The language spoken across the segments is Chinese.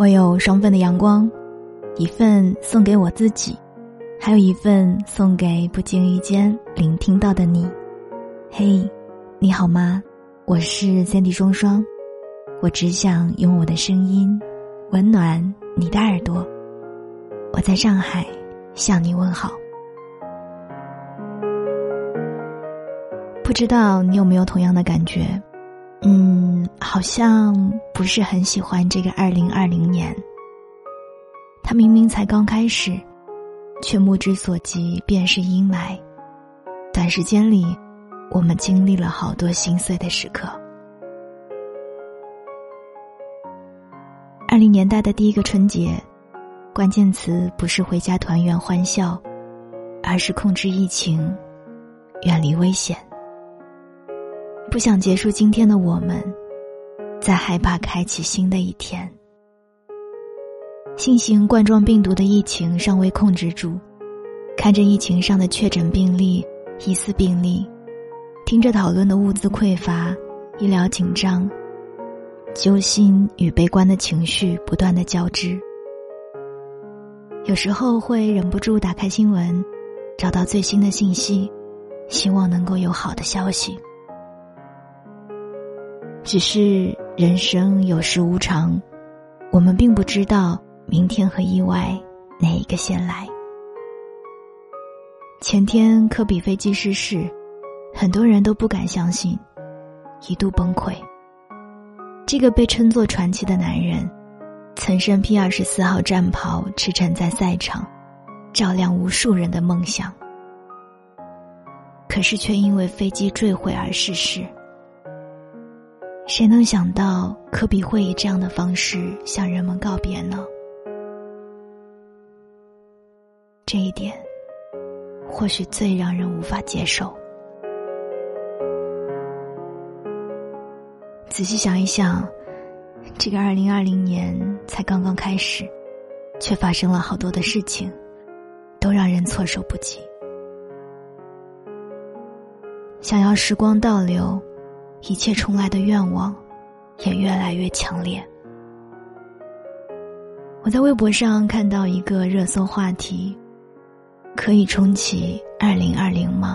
我有双份的阳光，一份送给我自己，还有一份送给不经意间聆听到的你。嘿，你好吗？我是Sandy双双，我只想用我的声音温暖你的耳朵。我在上海向你问好。不知道你有没有同样的感觉？好像不是很喜欢这个2020年。它明明才刚开始，却目之所及便是阴霾。短时间里，我们经历了好多心碎的时刻。20年代的第一个春节，关键词不是回家团圆欢笑，而是控制疫情，远离危险。不想结束今天的我们，在害怕开启新的一天。新型冠状病毒的疫情尚未控制住，看着疫情上的确诊病例、疑似病例，听着讨论的物资匮乏、医疗紧张，揪心与悲观的情绪不断的交织。有时候会忍不住打开新闻，找到最新的信息，希望能够有好的消息。只是人生有时无常，我们并不知道明天和意外哪一个先来。前天科比飞机失事，很多人都不敢相信，一度崩溃。这个被称作传奇的男人，曾身披24号战袍，驰骋在赛场，照亮无数人的梦想。可是却因为飞机坠毁而逝世。谁能想到科比会以这样的方式向人们告别呢？这一点或许最让人无法接受。仔细想一想，这个2020年才刚刚开始，却发生了好多的事情，都让人措手不及。想要时光倒流，一切重来的愿望也越来越强烈。我在微博上看到一个热搜话题：可以重启2020吗？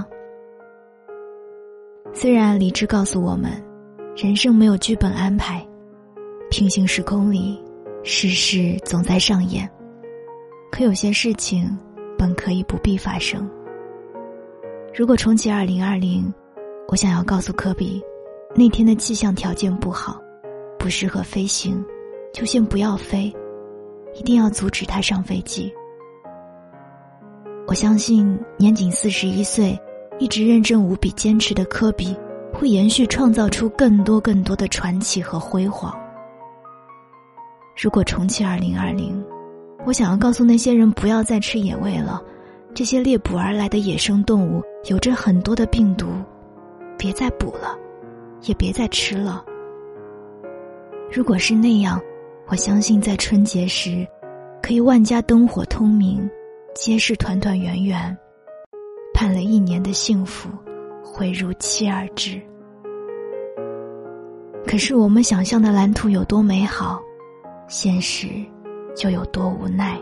虽然理智告诉我们，人生没有剧本安排，平行时空里世事总在上演，可有些事情本可以不必发生。如果重启2020，我想要告诉科比，那天的气象条件不好，不适合飞行，就先不要飞，一定要阻止他上飞机。我相信年仅41岁，一直认真无比坚持的科比，会延续创造出更多的传奇和辉煌。如果重启2020，我想要告诉那些人不要再吃野味了，这些猎捕而来的野生动物有着很多的病毒，别再捕了，也别再吃了。如果是那样，我相信在春节时，可以万家灯火通明，街市团团圆圆，盼了1年的幸福会如期而至。可是我们想象的蓝图有多美好，现实就有多无奈。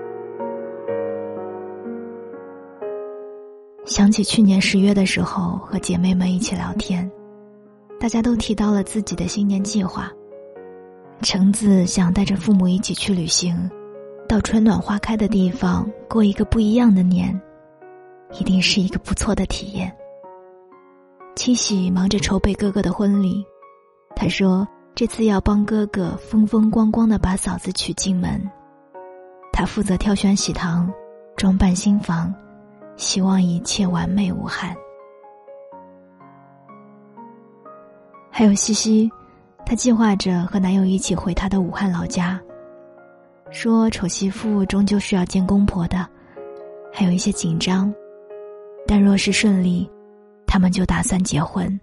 想起去年10月的时候，和姐妹们一起聊天，大家都提到了自己的新年计划。橙子想带着父母一起去旅行，到春暖花开的地方过一个不一样的年，一定是一个不错的体验。七喜忙着筹备哥哥的婚礼，他说这次要帮哥哥风风光光地把嫂子娶进门，他负责挑选喜糖，装扮新房，希望一切完美无憾。还有西西，她计划着和男友一起回她的武汉老家，说丑媳妇终究是要见公婆的，还有一些紧张，但若是顺利，他们就打算结婚。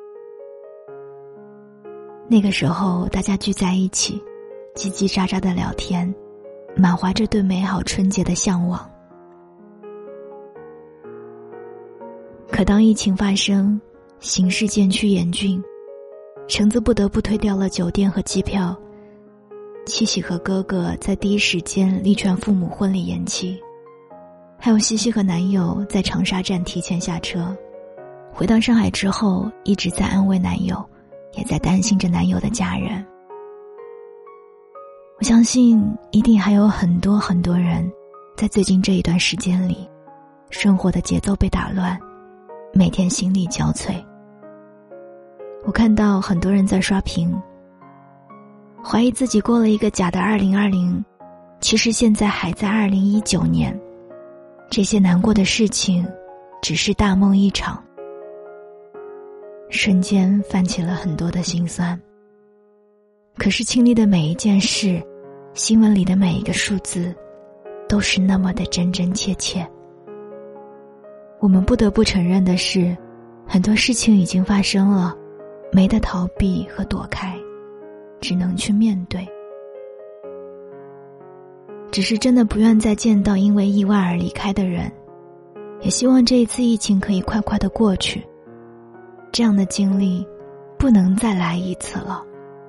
那个时候大家聚在一起，叽叽喳喳的聊天，满怀着对美好春节的向往。可当疫情发生，形势渐趋严峻，橙子不得不推掉了酒店和机票， 七喜和哥哥在第一时间力劝父母婚礼延期，还有西西和男友在长沙站提前下车，回到上海之后一直在安慰男友，也在担心着男友的家人。我相信一定还有很多很多人在最近这一段时间里，生活的节奏被打乱，每天心力交瘁。我看到很多人在刷屏，怀疑自己过了一个假的2020，其实现在还在2019年，这些难过的事情只是大梦一场。瞬间泛起了很多的心酸。可是经历的每一件事，新闻里的每一个数字，都是那么的真真切切。我们不得不承认的是，很多事情已经发生了，没得逃避和躲开，只能去面对。只是真的不愿再见到因为意外而离开的人，也希望这一次疫情可以快快的过去，这样的经历不能再来一次了。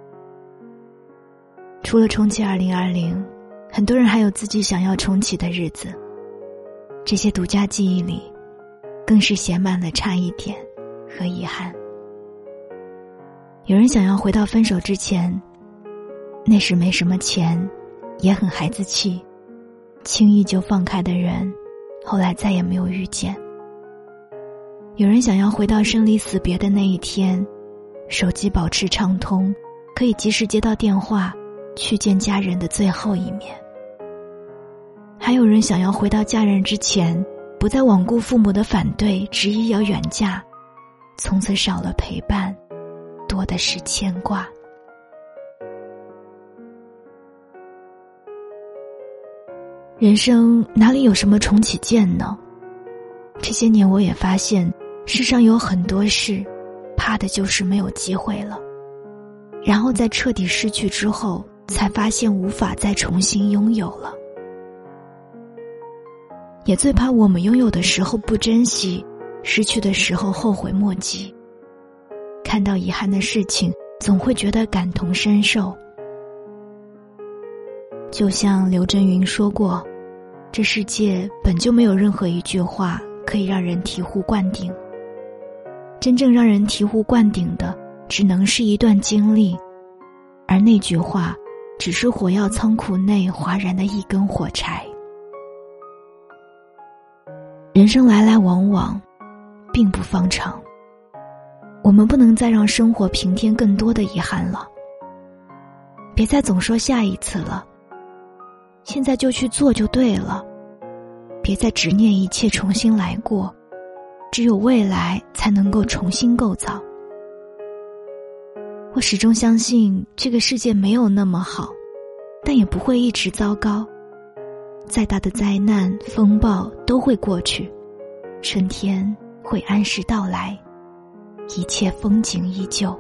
除了重启2020，很多人还有自己想要重启的日子，这些独家记忆里更是写满了差一点和遗憾。有人想要回到分手之前，那时没什么钱，也很孩子气，轻易就放开的人，后来再也没有遇见。有人想要回到生离死别的那一天，手机保持畅通，可以及时接到电话，去见家人的最后一面。还有人想要回到嫁人之前，不再罔顾父母的反对，执意要远嫁，从此少了陪伴，多的是牵挂。人生哪里有什么重启键呢？这些年我也发现，世上有很多事，怕的就是没有机会了，然后在彻底失去之后，才发现无法再重新拥有了。也最怕我们拥有的时候不珍惜，失去的时候后悔莫及。看到遗憾的事情，总会觉得感同身受。就像刘震云说过，这世界本就没有任何一句话可以让人醍醐灌顶，真正让人醍醐灌顶的，只能是一段经历，而那句话只是火药仓库内哗然的一根火柴。人生来来往往，并不方长，我们不能再让生活平添更多的遗憾了。别再总说下一次了，现在就去做就对了。别再执念一切重新来过，只有未来才能够重新构造。我始终相信这个世界没有那么好，但也不会一直糟糕。再大的灾难风暴都会过去，春天会按时到来，一切风景依旧。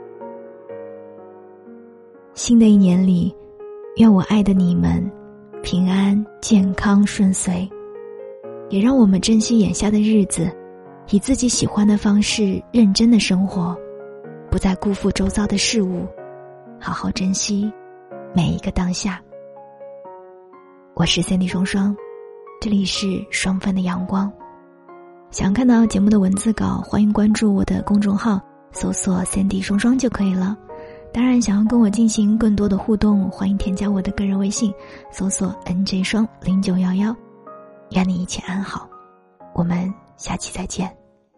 新的一年里，愿我爱的你们平安健康顺遂，也让我们珍惜眼下的日子，以自己喜欢的方式认真的生活，不再辜负周遭的事物，好好珍惜每一个当下。我是Sandy双双，这里是双份的阳光。想看到节目的文字稿，欢迎关注我的公众号，搜索Sandy双双就可以了。当然想要跟我进行更多的互动，欢迎添加我的个人微信，搜索 NJ 双0911。愿你一切安好，我们下期再见。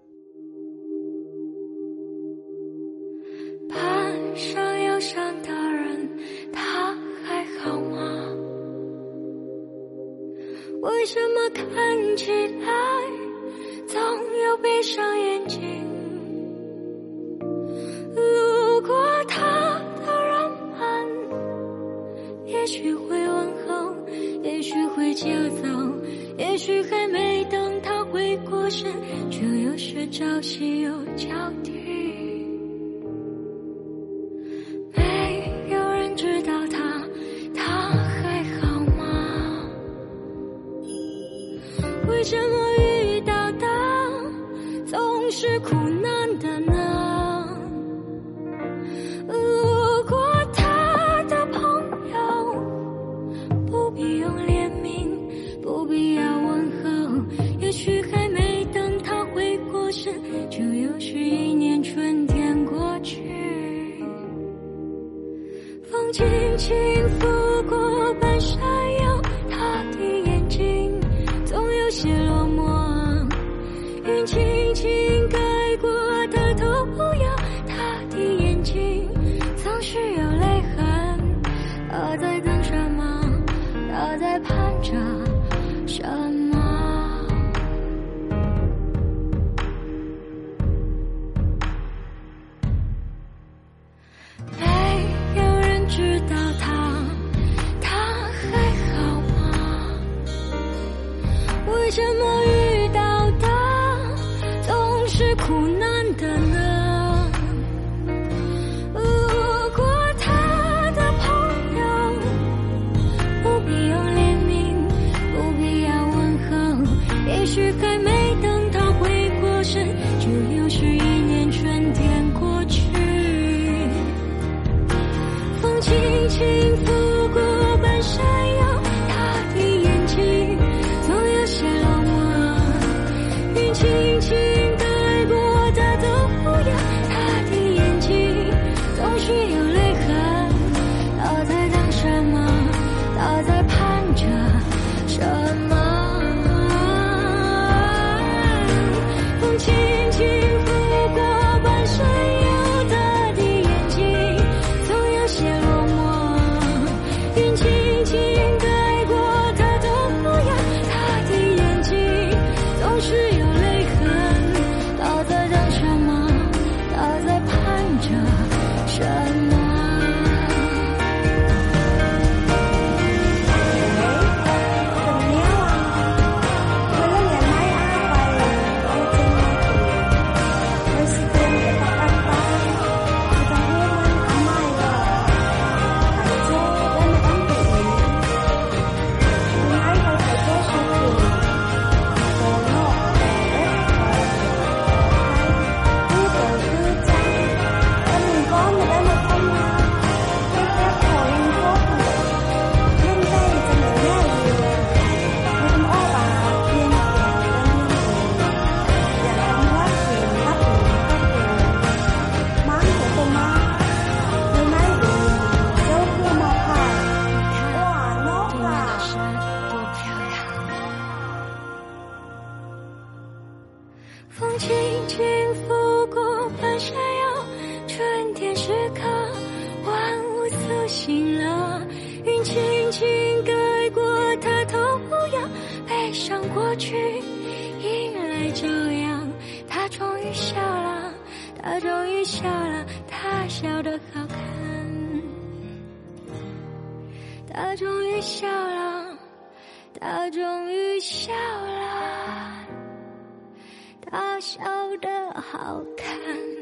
攀上忧伤的人，他还好吗？为什么看起来总有闭上眼睛？路过他的人们，也许会问候，也许会接走，也许还没等他回过神，就又是朝夕又交替。没有人知道他还好吗？为什么遇到的总是苦难的呢？路过他的朋友， 轻轻拂过半山腰，他的眼睛总有些落寞，云轻轻盖过他头摇，他的眼睛总是有泪痕。他在等什么？他在盼着什么？没有人知道他还好吗？为什么遇到的总是苦难的呢？如果他的朋友不必用怜悯，不必要问候，也许还没等他回过神，就又是一年春天过去。风轻轻拂过半山腰，他的眼睛总有些落寞，云轻轻盖过他的摇，他的眼睛总是有泪痕。他在等什么？他在盼着什么？风轻轻拂过半山腰，他的眼睛总有些落寞，云轻轻盖过他的摇，他的眼睛总是有泪痕。他在等什么？他在盼着什么？风轻轻拂过半山腰，春天时刻，万物苏醒了。云轻轻盖过他头摇，悲伤过去，迎来朝阳。他终于笑了，他终于笑了，他笑得好看。他终于笑了，他终于笑了，他笑得好看。